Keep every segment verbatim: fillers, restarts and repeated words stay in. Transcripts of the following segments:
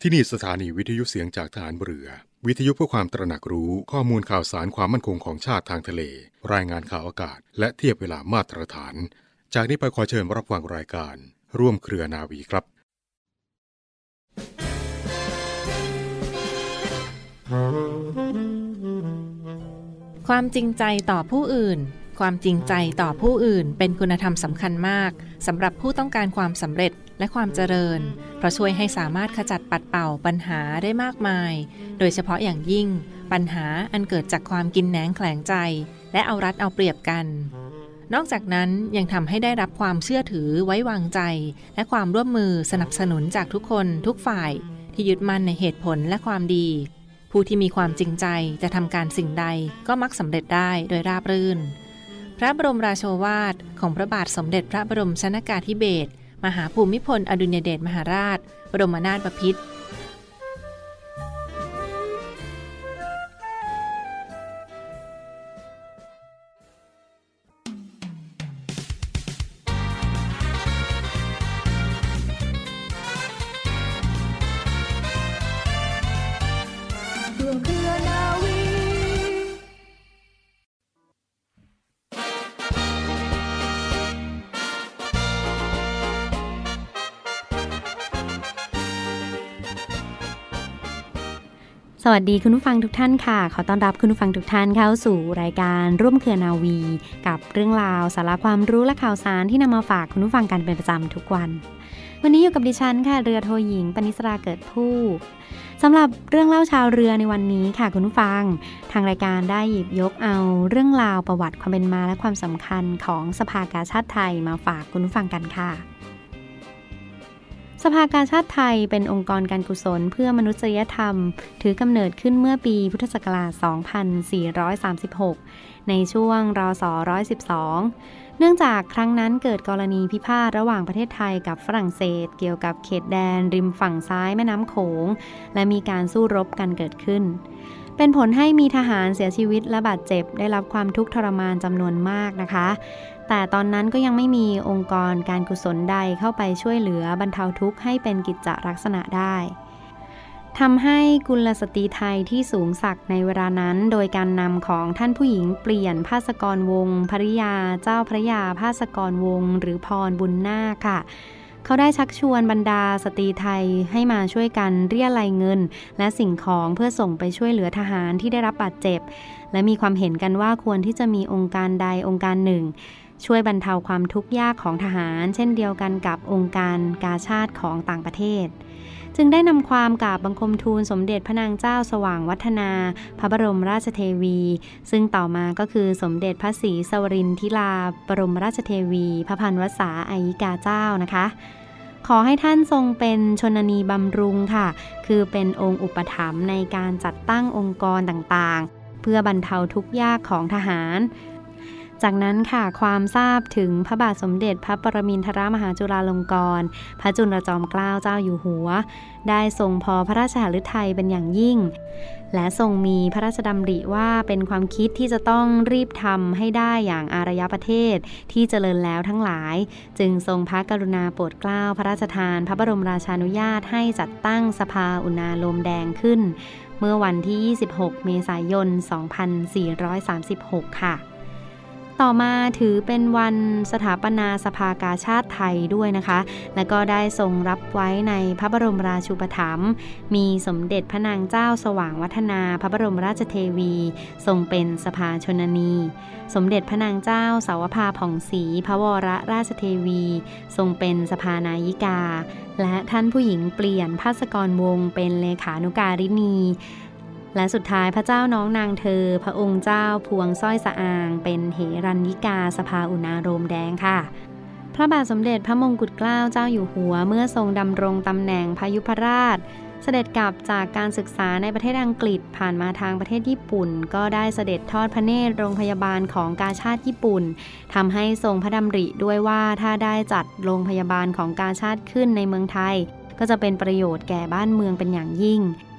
ที่นี่สถานีวิทยุเสียงจากทหารเรือวิทยุเพื่อความตระหนักรู้ข้อมูลข่าวสารความมั่นคงของชาติทางทะเลรายงานข่าวอากาศและเทียบเวลามาตรฐานจากนี้ไปขอเชิญรับฟังรายการร่วมเครือนาวีครับความจริงใจต่อผู้อื่นความจริงใจต่อผู้อื่นเป็นคุณธรรมสำคัญมากสำหรับผู้ต้องการความสำเร็จและความเจริญเพราะช่วยให้สามารถขจัดปัดเป่าปัญหาได้มากมายโดยเฉพาะอย่างยิ่งปัญหาอันเกิดจากความกินแหนงแขลงใจและเอารัดเอาเปรียบกันนอกจากนั้นยังทำให้ได้รับความเชื่อถือไว้วางใจและความร่วมมือสนับสนุนจากทุกคนทุกฝ่ายที่ยึดมั่นในเหตุผลและความดีผู้ที่มีความจริงใจจะทำการสิ่งใดก็มักสำเร็จได้โดยราบรื่นพระบรมราโชวาทของพระบาทสมเด็จพระบรมชนกาธิเบศรมหาภูมิพลอดุลยเดชมหาราชบรมนาถบพิตรสวัสดีคุณผู้ฟังทุกท่านค่ะขอต้อนรับคุณผู้ฟังทุกท่านเข้าสู่รายการร่วมเครือนาวีกับเรื่องราวสาระความรู้และข่าวสารที่นำมาฝากคุณผู้ฟังกันเป็นประจำทุกวันวันนี้อยู่กับดิฉันค่ะเรือโทหญิงปณิสราเกิดผู้สำหรับเรื่องเล่าชาวเรือในวันนี้ค่ะคุณผู้ฟังทางรายการได้หยิบยกเอาเรื่องราวประวัติความเป็นมาและความสำคัญของสภากาชาดไทยมาฝากคุณผู้ฟังกันค่ะสภากาชาดไทยเป็นองค์กรการกุศลเพื่อมนุษยธรรมถือกำเนิดขึ้นเมื่อปีพุทธศักราช สองพันสี่ร้อยสามสิบหก ในช่วงรศ. หนึ่งร้อยสิบสอง เนื่องจากครั้งนั้นเกิดกรณีพิพาทระหว่างประเทศไทยกับฝรั่งเศสเกี่ยวกับเขตแดนริมฝั่งซ้ายแม่น้ำโขงและมีการสู้รบกันเกิดขึ้นเป็นผลให้มีทหารเสียชีวิตและบาดเจ็บได้รับความทุกข์ทรมานจำนวนมากนะคะแต่ตอนนั้นก็ยังไม่มีองค์กรการกุศลใดเข้าไปช่วยเหลือบรรเทาทุกข์ให้เป็นกิจจลักษณะได้ทำให้กุลสตรีไทยที่สูงศักดิ์ในเวลานั้นโดยการนำของท่านผู้หญิงเปลี่ยนภาสกรวงศ์ภริยาเจ้าพระยาภาสกรวงศ์หรือพรบุญนาคค่ะเขาได้ชักชวนบรรดาสตรีไทยให้มาช่วยกันเรียรัยเงินและสิ่งของเพื่อส่งไปช่วยเหลือทหารที่ได้รับบาดเจ็บและมีความเห็นกันว่าควรที่จะมีองค์การใดองค์การหนึ่งช่วยบรรเทาความทุกข์ยากของทหารเช่นเดียวกันกับองค์การกาชาดของต่างประเทศจึงได้นำความกราบบังคมทูลสมเด็จพระนางเจ้าสว่างวัฒนาพระบรมราชเทวีซึ่งต่อมาก็คือสมเด็จพระศรีสวรินทิราบรมราชเทวีพระพันวษาอัยกาเจ้านะคะขอให้ท่านทรงเป็นชนนีบำรุงค่ะคือเป็นองค์อุปถัมภ์ในการจัดตั้งองค์กรต่างๆเพื่อบรรเทาทุกข์ยากของทหารจากนั้นค่ะความทราบถึงพระบาทสมเด็จพระปรมินทรมหาจุฬาลงกรณ์พระจุลจอมเกล้าเจ้าอยู่หัวได้ทรงพอพระราชหฤทัยเป็นอย่างยิ่งและทรงมีพระราชดำริว่าเป็นความคิดที่จะต้องรีบทำให้ได้อย่างอารยประเทศที่เจริญแล้วทั้งหลายจึงทรงพระกรุณาโปรดเกล้าพระราชทานพระบรมราชานุญาตให้จัดตั้งสภาอุณาโลมแดงขึ้นเมื่อวันที่ยี่สิบหกเมษายนสองพันสี่ร้อยสามสิบหกค่ะต่อมาถือเป็นวันสถาปนาสภากาชาดไทยด้วยนะคะและก็ได้ทรงรับไว้ในพระบรมราชูปถัมภ์มีสมเด็จพระนางเจ้าสว่างวัฒนาพระบรมราชเทวีทรงเป็นสภาชนนีสมเด็จพระนางเจ้าสาวภาผ่องศรีพระวรราชเทวีทรงเป็นสภานายิกาและท่านผู้หญิงเปลี่ยนภาสกรวงศ์เป็นเลขานุการิณีและสุดท้ายพระเจ้าน้องนางเธอพระองค์เจ้าพวงสร้อยสะอางเป็นเหรัญญิกาสภาอุณาโลมแดงค่ะพระบาทสมเด็จพระมงกุฎเกล้าเจ้าอยู่หัวเมื่อทรงดำรงตำแหน่งพยุพราชเสด็จกลับจากการศึกษาในประเทศอังกฤษผ่านมาทางประเทศญี่ปุ่นก็ได้เสด็จทอดพระเนตรโรงพยาบาลของกาชาดญี่ปุ่นทำให้ทรงพระดำริด้วยว่าถ้าได้จัดโรงพยาบาลของกาชาดขึ้นในเมืองไทยก็จะเป็นประโยชน์แก่บ้านเมืองเป็นอย่างยิ่ง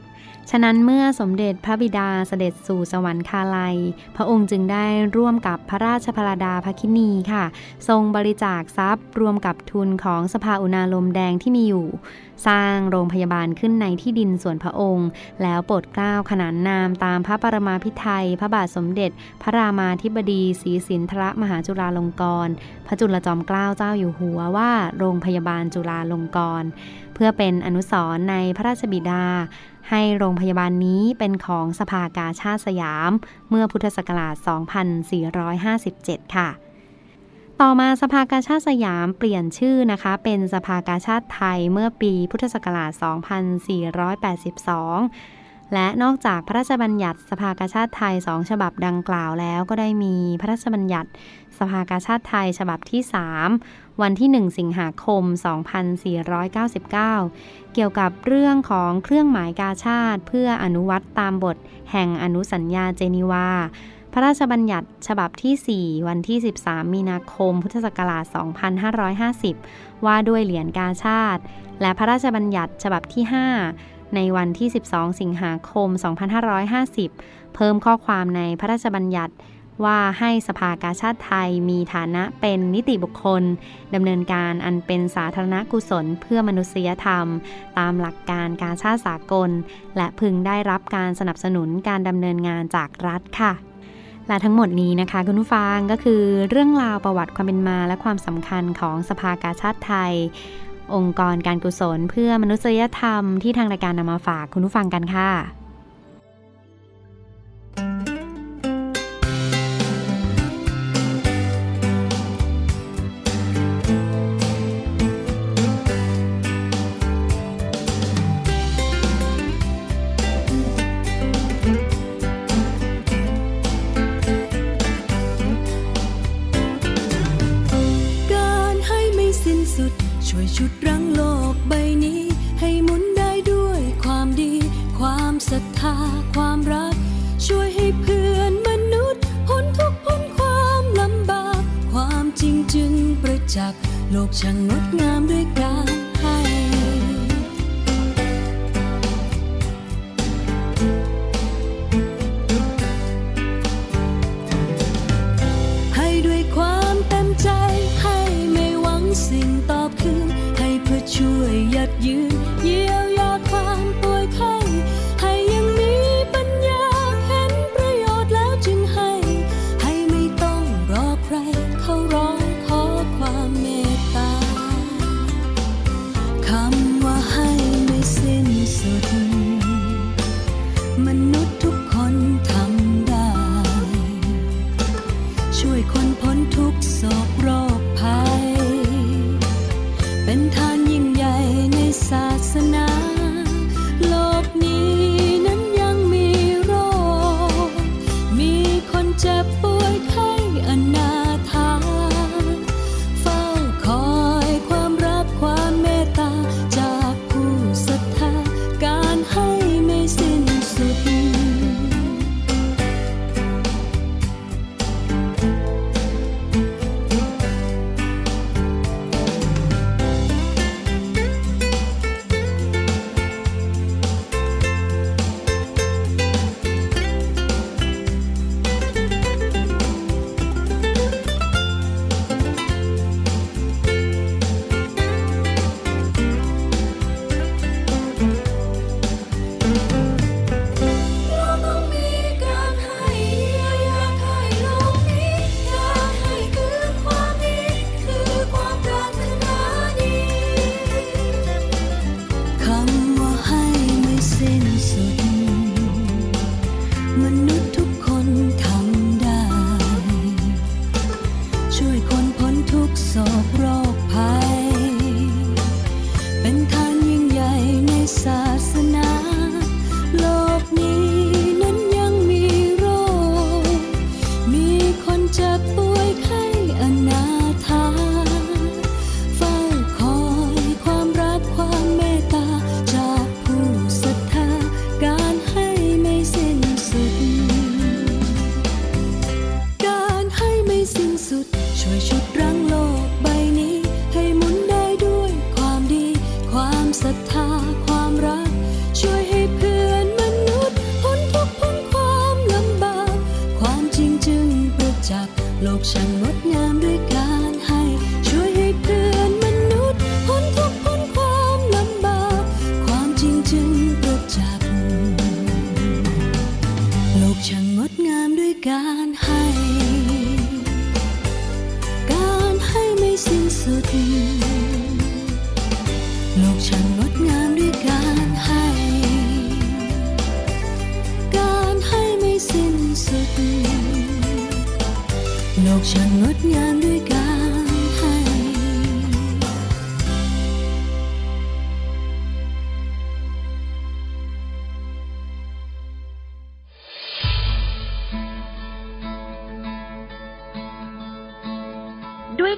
ฉะนั้นเมื่อสมเด็จพระบิดาเสด็จสู่สวรรคาลัยพระองค์จึงได้ร่วมกับพระราชภรดาภคินีค่ะทรงบริจาคทรัพย์รวมกับทุนของสภาอุณาโลมแดงที่มีอยู่สร้างโรงพยาบาลขึ้นในที่ดินส่วนพระองค์แล้วโปรดเกล้าขนานนามตามพระปรมาภิไธยพระบาทสมเด็จพระรามาธิบดีศรีสินธรมหาจุฬาลงกรณ์พระจุลจอมเกล้าเจ้าอยู่หัวว่าโรงพยาบาลจุฬาลงกรณ์เพื่อเป็นอนุสรณ์ในพระราชบิดาให้โรงพยาบาลนี้เป็นของสภากาชาดสยามเมื่อพุทธศักราช สองพันสี่ร้อยห้าสิบเจ็ด ค่ะต่อมาสภากาชาดสยามเปลี่ยนชื่อนะคะเป็นสภากาชาดไทยเมื่อปีพุทธศักราช สองพันสี่ร้อยแปดสิบสอง และนอกจากพระราชบัญญัติสภากาชาดไทยสองฉบับดังกล่าวแล้วก็ได้มีพระราชบัญญัติสภากาชาดไทยฉบับที่สามวันที่หนึ่งสิงหาคมสองพันสี่ร้อยเก้าสิบเก้าเกี่ยวกับเรื่องของเครื่องหมายกาชาดเพื่ออนุวัตตามบทแห่งอนุสัญญาเจนีวาพระราชบัญญัติฉบับที่สี่วันที่สิบสามมีนาคมพุทธศักราชสองพันห้าร้อยห้าสิบว่าด้วยเหรียญกาชาดและพระราชบัญญัติฉบับที่ห้าในวันที่สิบสองสิงหาคมสองพันห้าร้อยห้าสิบเพิ่มข้อความในพระราชบัญญัติว่าให้สภากาชาดไทยมีฐานะเป็นนิติบุคคลดำเนินการอันเป็นสาธารณกุศลเพื่อมนุษยธรรมตามหลักการกาชาดสากลและพึงได้รับการสนับสนุนการดำเนินงานจากรัฐค่ะและทั้งหมดนี้นะคะคุณผู้ฟังก็คือเรื่องราวประวัติความเป็นมาและความสำคัญของสภากาชาดไทยองค์กรการกุศลเพื่อมนุษยธรรมที่ทางรายการนำมาฝากคุณผู้ฟังกันค่ะช่วยชุดรั้งโลกใบนี้ให้หมุนได้ด้วยความดีความศรัทธาความรักช่วยให้เพื่อนมนุษย์พ้นทุกข์พ้นความลำบากความจริงจึงประจักษ์โลกช่างงดงามด้วยการให้ให้ด้วยความเต็มใจให้ไม่หวังสิ่งตอบคืนให้เพื่อช่วยยัดยืนเยียวยาความป่วยไข้ให้ยังมีปัญญาเห็นประโยชน์แล้วจึงให้ให้ไม่ต้องรอใครเขาร้องขอความเมตตาคำว่าให้ไม่สิ้นสุดมนุษย์ทุกคนทำได้ช่วยคนพ้นทุกโศกโรคภัยเป็นทานยิ่งใหญ่ในศาสนา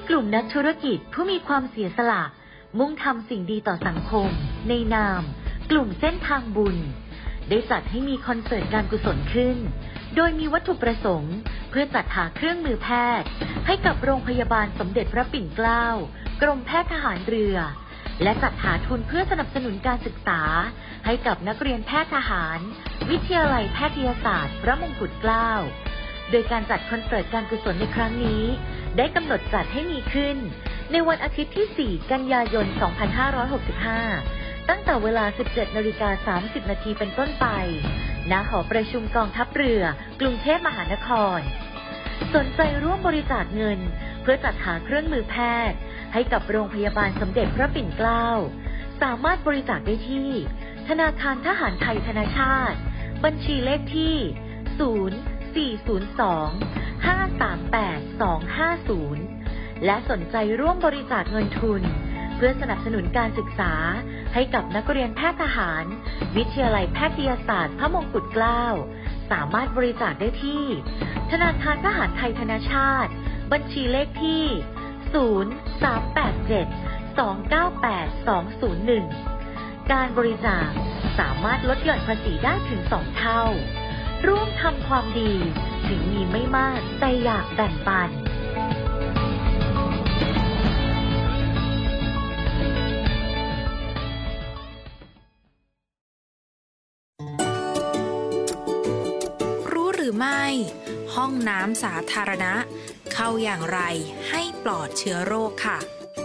กลุ่มนักธุรกิจผู้มีความเสียสละมุ่งทำสิ่งดีต่อสังคมในนามกลุ่มเส้นทางบุญได้จัดให้มีคอนเสิร์ตการกุศลขึ้นโดยมีวัตถุประสงค์เพื่อจัดหาเครื่องมือแพทย์ให้กับโรงพยาบาลสมเด็จพระปิ่นเกล้ากรมแพทย์ทหารเรือและจัดหาทุนเพื่อสนับสนุนการศึกษาให้กับนักเรียนแพทย์ทหารวิทยาลัยแพทยศาสตร์พระมงกุฎเกล้าโดยการจัดคอนเสิร์ตการกุศลในครั้งนี้ได้กำหนดจัดให้มีขึ้นในวันอาทิตย์ที่สี่กันยายนสองพันห้าร้อยหกสิบห้าตั้งแต่เวลา สิบเจ็ดนาฬิกาสามสิบนาทีเป็นต้นไปณหอประชุมกองทัพเรือกรุงเทพมหานครสนใจร่วมบริจาคเงินเพื่อจัดหาเครื่องมือแพทย์ให้กับโรงพยาบาลสมเด็จพระปิ่นเกล้าสามารถบริจาคได้ที่ธนาคารทหารไทยธนชาติบัญชีเลขที่ศูนย์ สี่ ศูนย์ สอง ห้า สาม แปด สอง ห้า ศูนย์และสนใจร่วมบริจาคเงินทุนเพื่อสนับสนุนการศึกษาให้กับนักเรียนแพทย์ทหารวิทยาลัยแพทยศาสตร์พระมงกุฎเกล้าสามารถบริจาคได้ที่ธนาคารทหารไทยธนชาติบัญชีเลขที่ศูนย์ สาม แปด เจ็ด สอง เก้า แปด สอง ศูนย์ หนึ่งการบริจาคสามารถลดหย่อนภาษีได้ถึงสองเท่าร่วมทำความดีถึงมีไม่มากแต่อยากแบ่งปันรู้หรือไม่ห้องน้ำสาธารณะเข้าอย่างไรให้ปลอดเชื้อโรคค่ะ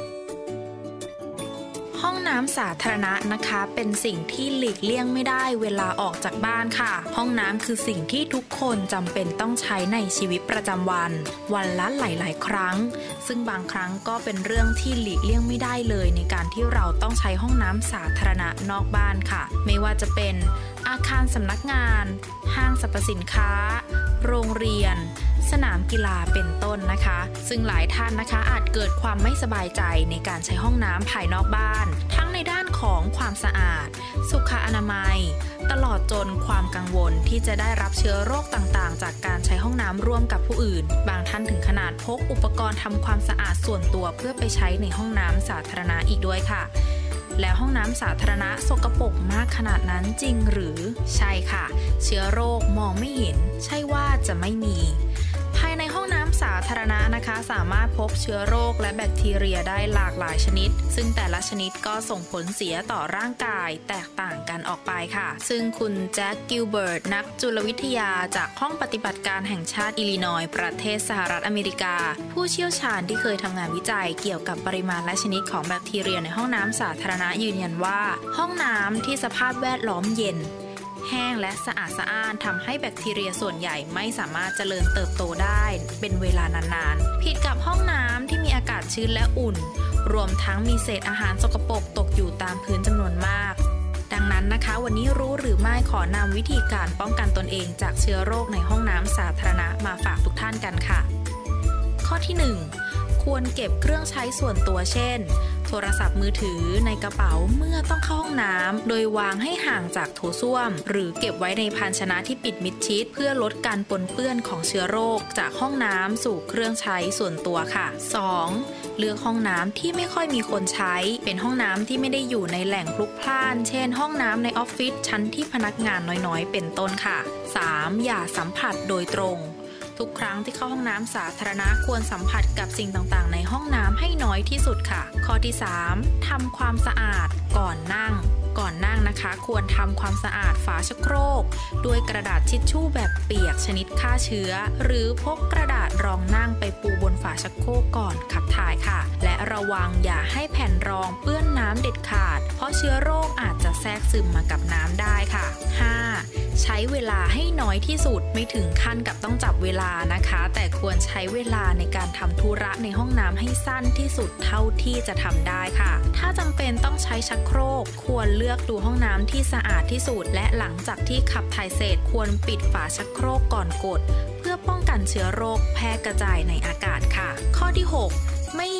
ห้องน้ำสาธารณะนะคะเป็นสิ่งที่หลีกเลี่ยงไม่ได้เวลาออกจากบ้านค่ะห้องน้ำคือสิ่งที่ทุกคนจำเป็นต้องใช้ในชีวิตประจำวันวันละหลายๆครั้งซึ่งบางครั้งก็เป็นเรื่องที่หลีกเลี่ยงไม่ได้เลยในการที่เราต้องใช้ห้องน้ำสาธารณะนอกบ้านค่ะไม่ว่าจะเป็นอาคารสำนักงานห้างสรรพสินค้าโรงเรียนสนามกีฬาเป็นต้นนะคะซึ่งหลายท่านนะคะอาจเกิดความไม่สบายใจในการใช้ห้องน้ำภายนอกบ้านทั้งในด้านของความสะอาดสุขอนามัยตลอดจนความกังวลที่จะได้รับเชื้อโรคต่างๆจากการใช้ห้องน้ำร่วมกับผู้อื่นบางท่านถึงขนาดพกอุปกรณ์ทำความสะอาดส่วนตัวเพื่อไปใช้ในห้องน้ำสาธารณะอีกด้วยค่ะแล้วห้องน้ำสาธารณะสกปรกมากขนาดนั้นจริงหรือใช่ค่ะเชื้อโรคมองไม่เห็นใช่ว่าจะไม่มีภายในห้องน้ำสาธารณะนะคะสามารถพบเชื้อโรคและแบคทีเรียได้หลากหลายชนิดซึ่งแต่ละชนิดก็ส่งผลเสียต่อร่างกายแตกต่างกันออกไปค่ะซึ่งคุณแจ็คกิลเบิร์ตนักจุลวิทยาจากห้องปฏิบัติการแห่งชาติอิลลินอยส์ประเทศสหรัฐอเมริกาผู้เชี่ยวชาญที่เคยทำงานวิจัยเกี่ยวกับปริมาณและชนิดของแบคทีเรียในห้องน้ำสาธารณะยืนยันว่าห้องน้ำที่สภาพแวดล้อมเย็นแห้งและสะอาดสะอ้านทำให้แบคทีเรียส่วนใหญ่ไม่สามารถเจริญเติบโตได้เป็นเวลานานๆผิดกับห้องน้ำที่มีอากาศชื้นและอุ่นรวมทั้งมีเศษอาหารสกปรกตกอยู่ตามพื้นจำนวนมากดังนั้นนะคะวันนี้รู้หรือไม่ขอนำวิธีการป้องกันตนเองจากเชื้อโรคในห้องน้ำสาธารณะมาฝากทุกท่านกันค่ะข้อที่หนึ่งควรเก็บเครื่องใช้ส่วนตัวเช่นโทรศัพท์มือถือในกระเป๋าเมื่อต้องเข้าห้องน้ำโดยวางให้ห่างจากโถส้วมหรือเก็บไว้ในภาชนะที่ปิดมิดชิดเพื่อลดการปนเปื้อนของเชื้อโรคจากห้องน้ำสู่เครื่องใช้ส่วนตัวค่ะ สอง เลือกห้องน้ำที่ไม่ค่อยมีคนใช้เป็นห้องน้ำที่ไม่ได้อยู่ในแหล่งพลุกพล่านเช่นห้องน้ำในออฟฟิศชั้นที่พนักงานน้อยๆเป็นต้นค่ะ สาม อย่าสัมผัสโดยตรงทุกครั้งที่เข้าห้องน้ำสาธารณะควรสัมผัสกับสิ่งต่างๆในห้องน้ำให้น้อยที่สุดค่ะข้อที่สามทำความสะอาดก่อนนั่งก่อนนั่งนะคะควรทำความสะอาดฝาชักโครกด้วยกระดาษทิชชู่แบบเปียกชนิดฆ่าเชื้อหรือพกกระดาษรองนั่งไปปูบนฝาชักโครกก่อนขับถ่ายค่ะและระวังอย่าให้แผ่นรองเปื้อนน้ำเด็ดขาดเพราะเชื้อโรคอาจจะแทรกซึมมากับน้ำได้ค่ะ ห้า ใช้เวลาให้น้อยที่สุดไม่ถึงขั้นกับต้องจับเวลานะคะแต่ควรใช้เวลาในการทำธุระในห้องน้ำให้สั้นที่สุดเท่าที่จะทำได้ค่ะถ้าจำเป็นต้องใช้ชักโครกควรเลือกดูห้องน้ำที่สะอาดที่สุดและหลังจากที่ขับถ่ายเสร็จควรปิดฝาชักโครกก่อนกดเพื่อป้องกันเชื้อโรคแพร่กระจายในอากาศค่ะข้อที่หกไม่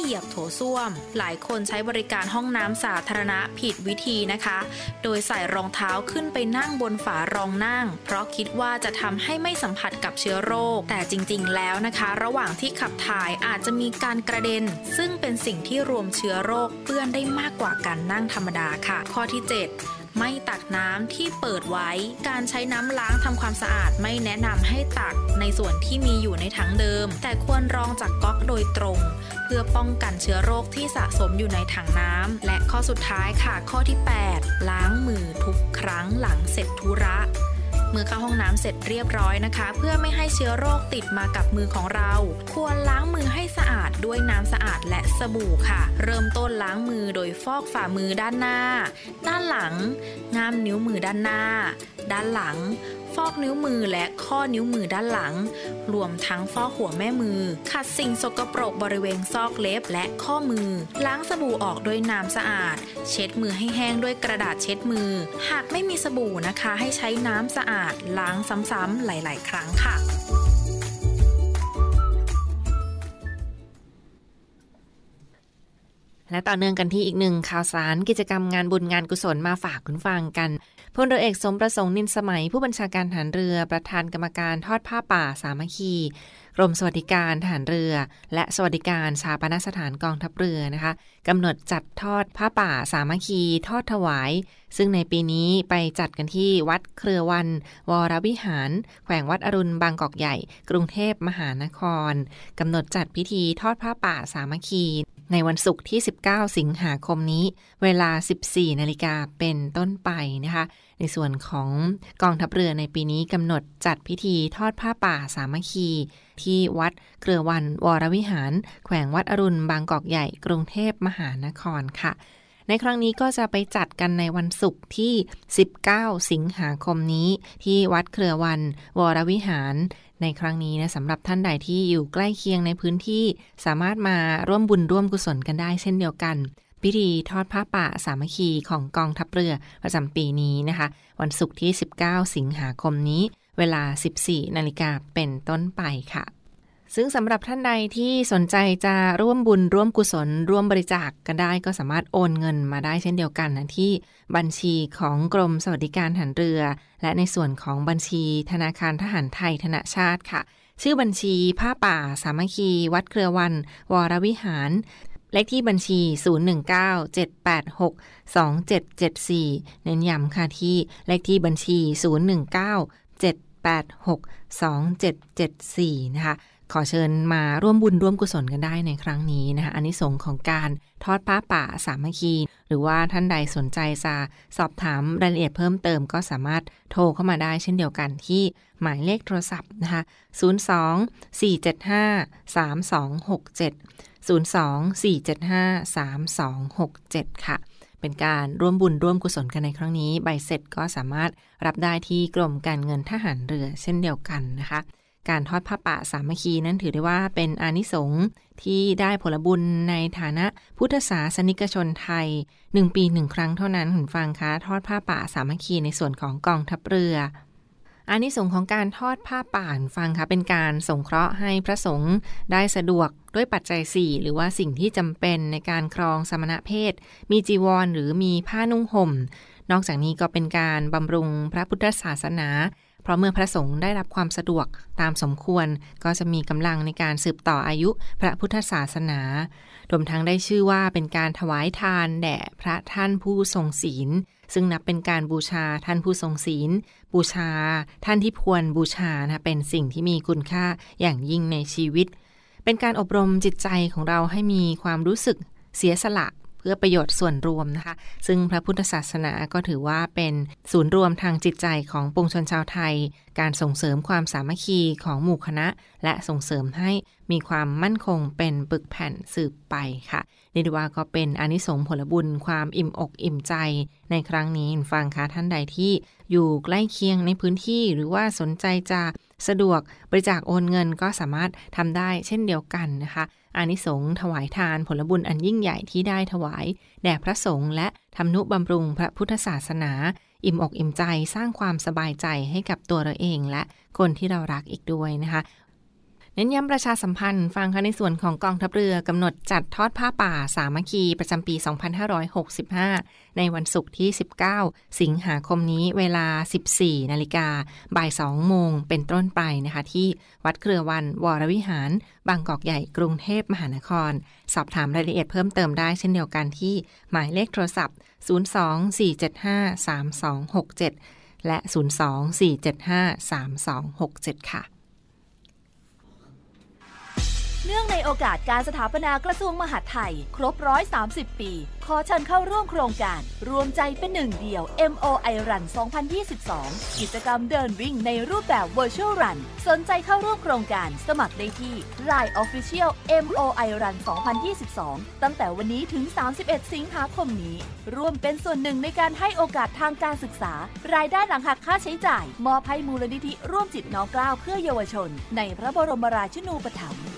เหยียบโถส้วมหลายคนใช้บริการห้องน้ำสาธารณะผิดวิธีนะคะโดยใส่รองเท้าขึ้นไปนั่งบนฝารองนั่งเพราะคิดว่าจะทำให้ไม่สัมผัสกับเชื้อโรคแต่จริงๆแล้วนะคะระหว่างที่ขับถ่ายอาจจะมีการกระเด็นซึ่งเป็นสิ่งที่รวมเชื้อโรคเปื้อนได้มากกว่าการนั่งธรรมดาค่ะข้อที่เจ็ดไม่ตักน้ำที่เปิดไว้การใช้น้ำล้างทำความสะอาดไม่แนะนำให้ตักในส่วนที่มีอยู่ในถังเดิมแต่ควรรองจากก๊อกโดยตรงเพื่อป้องกันเชื้อโรคที่สะสมอยู่ในถังน้ำและข้อสุดท้ายค่ะข้อที่แปดล้างมือทุกครั้งหลังเสร็จธุระเมื่อเข้าห้องน้ำเสร็จเรียบร้อยนะคะเพื่อไม่ให้เชื้อโรคติดมากับมือของเราควรล้างมือให้สะอาดด้วยน้ำสะอาดและสบู่ค่ะเริ่มต้นล้างมือโดยฟอกฝ่ามือด้านหน้าด้านหลังง่ามนิ้วมือด้านหน้าด้านหลังฟอกนิ้วมือและข้อนิ้วมือด้านหลังรวมทั้งฟอกหัวแม่มือขัดสิ่งสกปรกบริเวณซอกเล็บและข้อมือล้างสบู่ออกด้วยน้ำสะอาดเช็ดมือให้แห้งด้วยกระดาษเช็ดมือหากไม่มีสบู่นะคะให้ใช้น้ำสะอาดล้างซ้ำๆหลายๆครั้งค่ะและต่อเนื่องกันที่อีกหนึ่งข่าวสารกิจกรรมงานบุญงานกุศลมาฝากคุณฟังกันพลเรือเอกสมประสงค์นินสมัยผู้บัญชาการทหารเรือประธานกรรมการทอดผ้าป่าสามัคคีกรมสวัสดิการทหารเรือและสวัสดิการชาปนสถานกองทัพเรือนะคะกำหนดจัดทอดผ้าป่าสามัคคีทอดถวายซึ่งในปีนี้ไปจัดกันที่วัดเครือวันวรวิหารแขวงวัดอรุณบางกอกใหญ่กรุงเทพมหานครกำหนดจัดพิธีทอดผ้าป่าสามัคคีในวันศุกร์ที่สิบเก้าสิงหาคมนี้เวลา สิบสี่นาฬิกาเป็นต้นไปนะคะในส่วนของกองทัพเรือในปีนี้กำหนดจัดพิธีทอดผ้าป่าสามัคคีที่วัดเครือวันวรวิหารแขวงวัดอรุณบางกอกใหญ่กรุงเทพมหานครค่ะในครั้งนี้ก็จะไปจัดกันในวันศุกร์ที่สิบเก้าสิงหาคมนี้ที่วัดเครือวันวรวิหารในครั้งนี้นะสำหรับท่านใดที่อยู่ใกล้เคียงในพื้นที่สามารถมาร่วมบุญร่วมกุศลกันได้เช่นเดียวกันพิธีทอดผ้าป่าสามัคคีของกองทัพเรือประจำปีนี้นะคะวันศุกร์ที่สิบเก้าสิงหาคมนี้เวลา สิบสี่นาฬิกาเป็นต้นไปค่ะซึ่งสำหรับท่านใดที่สนใจจะร่วมบุญร่วมกุศลร่วมบริจาคกันได้ก็สามารถโอนเงินมาได้เช่นเดียวกันนะที่บัญชีของกรมสวัสดิการทหารเรือและในส่วนของบัญชีธนาคารทหารไทยธนชาติค่ะชื่อบัญชีผ้าป่าสามัคคีวัดเครือวันวรวิหารเลขที่บัญชีศูนย์ หนึ่ง เก้า เจ็ด แปด หก สอง เจ็ด เจ็ด สี่เน้นย้ำค่ะที่เลขที่บัญชีศูนย์ หนึ่ง เก้า เจ็ด แปด หก สอง เจ็ด เจ็ด สี่นะคะขอเชิญมาร่วมบุญร่วมกุศลกันได้ในครั้งนี้นะคะอานิสงส์ของการทอดผ้าป่าสามัคคีหรือว่าท่านใดสนใจจะสอบถามรายละเอียดเพิ่มเติมก็สามารถโทรเข้ามาได้เช่นเดียวกันที่หมายเลขโทรศัพท์นะคะศูนย์ สอง สี่ เจ็ด ห้า สาม สอง หก เจ็ด ศูนย์ สอง สี่ เจ็ด ห้า สาม สอง หก เจ็ดค่ะเป็นการร่วมบุญร่วมกุศลกันในครั้งนี้ใบเสร็จก็สามารถรับได้ที่กรมการเงินทหารเรือเช่นเดียวกันนะคะการทอดผ้าป่าสามัคคีนั้นถือได้ว่าเป็นอานิสงส์ที่ได้ผลบุญในฐานะพุทธศาสนิกชนไทยหนึ่งปีหนึ่งครั้งเท่านั้นคุณฟังคะทอดผ้าป่าสามัคคีในส่วนของกองทัพเรืออานิสงส์ของการทอดผ้าป่าฟังค่ะเป็นการสงเคราะห์ให้พระสงฆ์ได้สะดวกด้วยปัจจัยสี่หรือว่าสิ่งที่จำเป็นในการครองสมณเพศมีจีวรหรือมีผ้านุ่งห่มนอกจากนี้ก็เป็นการบำรุงพระพุทธศาสนาเพราะเมื่อพระสงฆ์ได้รับความสะดวกตามสมควรก็จะมีกำลังในการสืบต่ออายุพระพุทธศาสนารวมทั้งได้ชื่อว่าเป็นการถวายทานแด่พระท่านผู้ทรงศีลซึ่งนับเป็นการบูชาท่านผู้ทรงศีลบูชาท่านที่ควรบูชานะเป็นสิ่งที่มีคุณค่าอย่างยิ่งในชีวิตเป็นการอบรมจิตใจของเราให้มีความรู้สึกเสียสละเพื่อประโยชน์ส่วนรวมนะคะซึ่งพระพุทธศาสนาก็ถือว่าเป็นศูนย์รวมทางจิตใจของปวงชนชาวไทยการส่งเสริมความสามัคคีของหมู่คณะและส่งเสริมให้มีความมั่นคงเป็นปึกแผ่นสืบไปค่ะเรียกว่าก็เป็นอานิสงส์ผลบุญความอิ่มอกอิ่มใจในครั้งนี้ฟังค่ะท่านใดที่อยู่ใกล้เคียงในพื้นที่หรือว่าสนใจจะสะดวกบริจาคโอนเงินก็สามารถทำได้เช่นเดียวกันนะคะอานิสงส์ถวายทานผลบุญอันยิ่งใหญ่ที่ได้ถวายแด่พระสงฆ์และทำนุบำรุงพระพุทธศาสนาอิ่มอกอิ่มใจสร้างความสบายใจให้กับตัวเราเองและคนที่เรารักอีกด้วยนะคะเน้นย้ำประชาสัมพันธ์ฟังค่ะในส่วนของกองทัพเรือกำหนดจัดทอดผ้าป่าสามัคคีประจำปีสองพันห้าร้อยหกสิบห้าในวันศุกร์ที่สิบเก้าสิงหาคมนี้เวลา สิบสี่นาฬิกาบ่ายสองโมงเป็นต้นไปนะคะที่วัดเครือวันวรวิหารบางกอกใหญ่กรุงเทพมหานครสอบถามรายละเอียดเพิ่มเติมได้เช่นเดียวกันที่หมายเลขโทรศัพท์ศูนย์ สอง สี่ เจ็ด ห้า สาม สอง หก เจ็ดและศูนย์ สอง สี่ เจ็ด ห้า สาม สอง หก เจ็ดค่ะเนื่องในโอกาสการสถาปนากระทรวงมหาดไทยครบหนึ่งร้อยสามสิบปีขอเชิญเข้าร่วมโครงการรวมใจเป็นหนึ่งเดียว เอ็ม โอ ไอ Run สองพันยี่สิบสองกิจกรรมเดินวิ่งในรูปแบบ Virtual Run สนใจเข้าร่วมโครงการสมัครได้ที่ ไลน์ Official เอ็ม โอ ไอ Run สองพันยี่สิบสองตั้งแต่วันนี้ถึงสามสิบเอ็ดสิงหาคมนี้ร่วมเป็นส่วนหนึ่งในการให้โอกาสทางการศึกษารายได้หลังหักค่าใช้จ่ายมอบให้มูลนิธิร่วมจิตน้อมเกล้าเพื่อเยาวชนในพระบรมราชินูปถัมภ์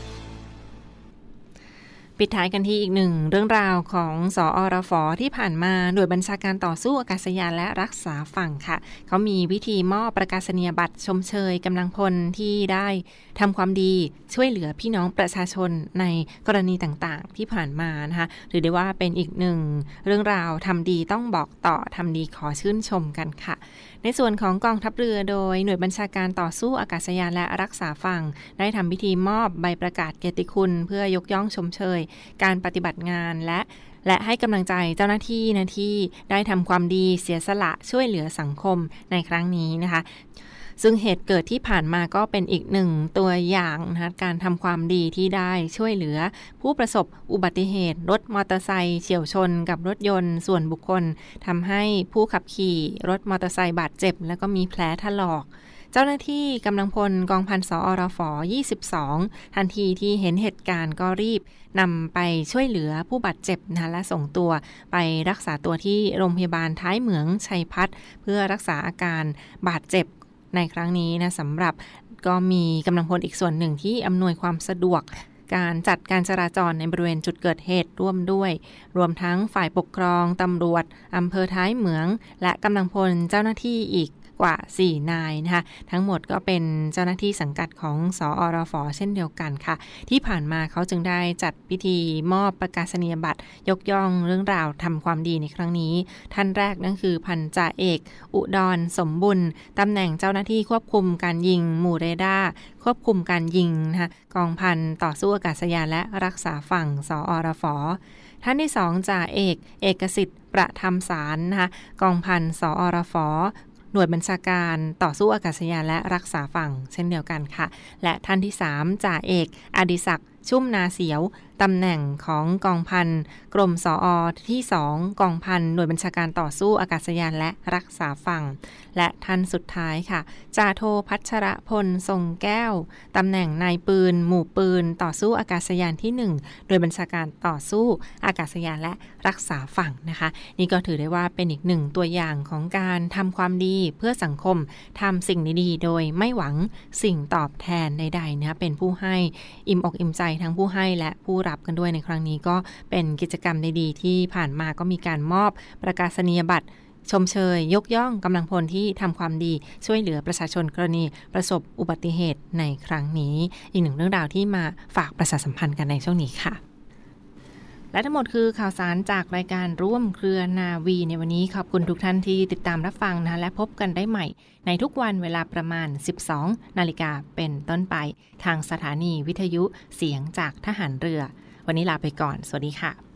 ปิดท้ายกันที่อีกหนึ่งเรื่องราวของสอรฟที่ผ่านมาหน่วยบัญชาการต่อสู้อากาศยานและรักษาฝั่งค่ะเขามีวิธีมอบประกาศนียบัตรชมเชยกำลังพลที่ได้ทำความดีช่วยเหลือพี่น้องประชาชนในกรณีต่างๆที่ผ่านมานะคะหรือได้ว่าเป็นอีกหนึ่งเรื่องราวทำดีต้องบอกต่อทำดีขอชื่นชมกันค่ะในส่วนของกองทัพเรือโดยหน่วยบัญชาการต่อสู้อากาศยานและรักษาฝั่งได้ทำพิธีมอบใบประกาศเกียรติคุณเพื่อยกย่องชมเชยการปฏิบัติงานและและให้กำลังใจเจ้าหน้าที่นะที่ได้ทำความดีเสียสละช่วยเหลือสังคมในครั้งนี้นะคะซึ่งเหตุเกิดที่ผ่านมาก็เป็นอีกหนึ่งตัวอย่างนะคะการทำความดีที่ได้ช่วยเหลือผู้ประสบอุบัติเหตุรถมอเตอร์ไซค์เฉี่ยวชนกับรถยนต์ส่วนบุคคลทำให้ผู้ขับขี่รถมอเตอร์ไซค์บาดเจ็บแล้วก็มีแผลถลอกเจ้าหน้าที่กำลังพลกองพันสอรฟยี่สิบสองทันทีที่เห็นเหตุการณ์ก็รีบนำไปช่วยเหลือผู้บาดเจ็บนะและส่งตัวไปรักษาตัวที่โรงพยาบาลท้ายเหมืองชัยพัฒน์เพื่อรักษาอาการบาดเจ็บในครั้งนี้นะสำหรับก็มีกำลังพลอีกส่วนหนึ่งที่อำนวยความสะดวกการจัดการจราจรในบริเวณจุดเกิดเหตุร่วมด้วยรวมทั้งฝ่ายปกครองตำรวจอำเภอท้ายเหมืองและกำลังพลเจ้าหน้าที่อีกกว่าสี่นายนะคะทั้งหมดก็เป็นเจ้าหน้าที่สังกัดของสอรฟเช่นเดียวกันค่ะที่ผ่านมาเขาจึงได้จัดพิธีมอบประกาศนียบัตรยกย่องเรื่องราวทำความดีในครั้งนี้ท่านแรกนั่นคือพันจ่าเอกอุดรสมบุญตำแหน่งเจ้าหน้าที่ควบคุมการยิงหมู่เรดาร์ควบคุมการยิงนะคะกองพันต่อสู้อากาศยานและรักษาฝั่งสอรฟท่านที่สองจ่าเอกเอกสิทธิ์ประธรรมสารนะคะกองพันสอรฟหน่วยบัญชาการต่อสู้อากาศยานและรักษาฝั่งเช่นเดียวกันค่ะและท่านที่สามจ่าเอกอดิศักดิ์ชุ่มนาเสียวตำแหน่งของกองพันกรมสอที่สองกองพันหน่วยบัญชาการต่อสู้อากาศยานและรักษาฝั่งและท่านสุดท้ายค่ะจ่าโทพัชรพลทรงแก้วตำแหน่งนายปืนหมู่ปืนต่อสู้อากาศยานที่หนึ่งโดยบัญชาการต่อสู้อากาศยานและรักษาฝั่งนะคะนี่ก็ถือได้ว่าเป็นอีกหนึ่งตัวอย่างของการทำความดีเพื่อสังคมทำสิ่งดีๆโดยไม่หวังสิ่งตอบแทนใดๆนะคะเป็นผู้ให้อิ่มอกอิ่มใจทั้งผู้ให้และผู้รับกันด้วยในครั้งนี้ก็เป็นกิจกรรมดีๆที่ผ่านมาก็มีการมอบประกาศนียบัตรชมเชยยกย่องกำลังพลที่ทำความดีช่วยเหลือประชาชนกรณีประสบอุบัติเหตุในครั้งนี้อีกหนึ่งเรื่องราวที่มาฝากประชาสัมพันธ์กันในช่วงนี้ค่ะและทั้งหมดคือข่าวสารจากรายการร่วมเครือนาวีในวันนี้ขอบคุณทุกท่านที่ติดตามรับฟังนะและพบกันได้ใหม่ในทุกวันเวลาประมาณ สิบสองนาฬิกาเป็นต้นไปทางสถานีวิทยุเสียงจากทหารเรือวันนี้ลาไปก่อนสวัสดีค่ะ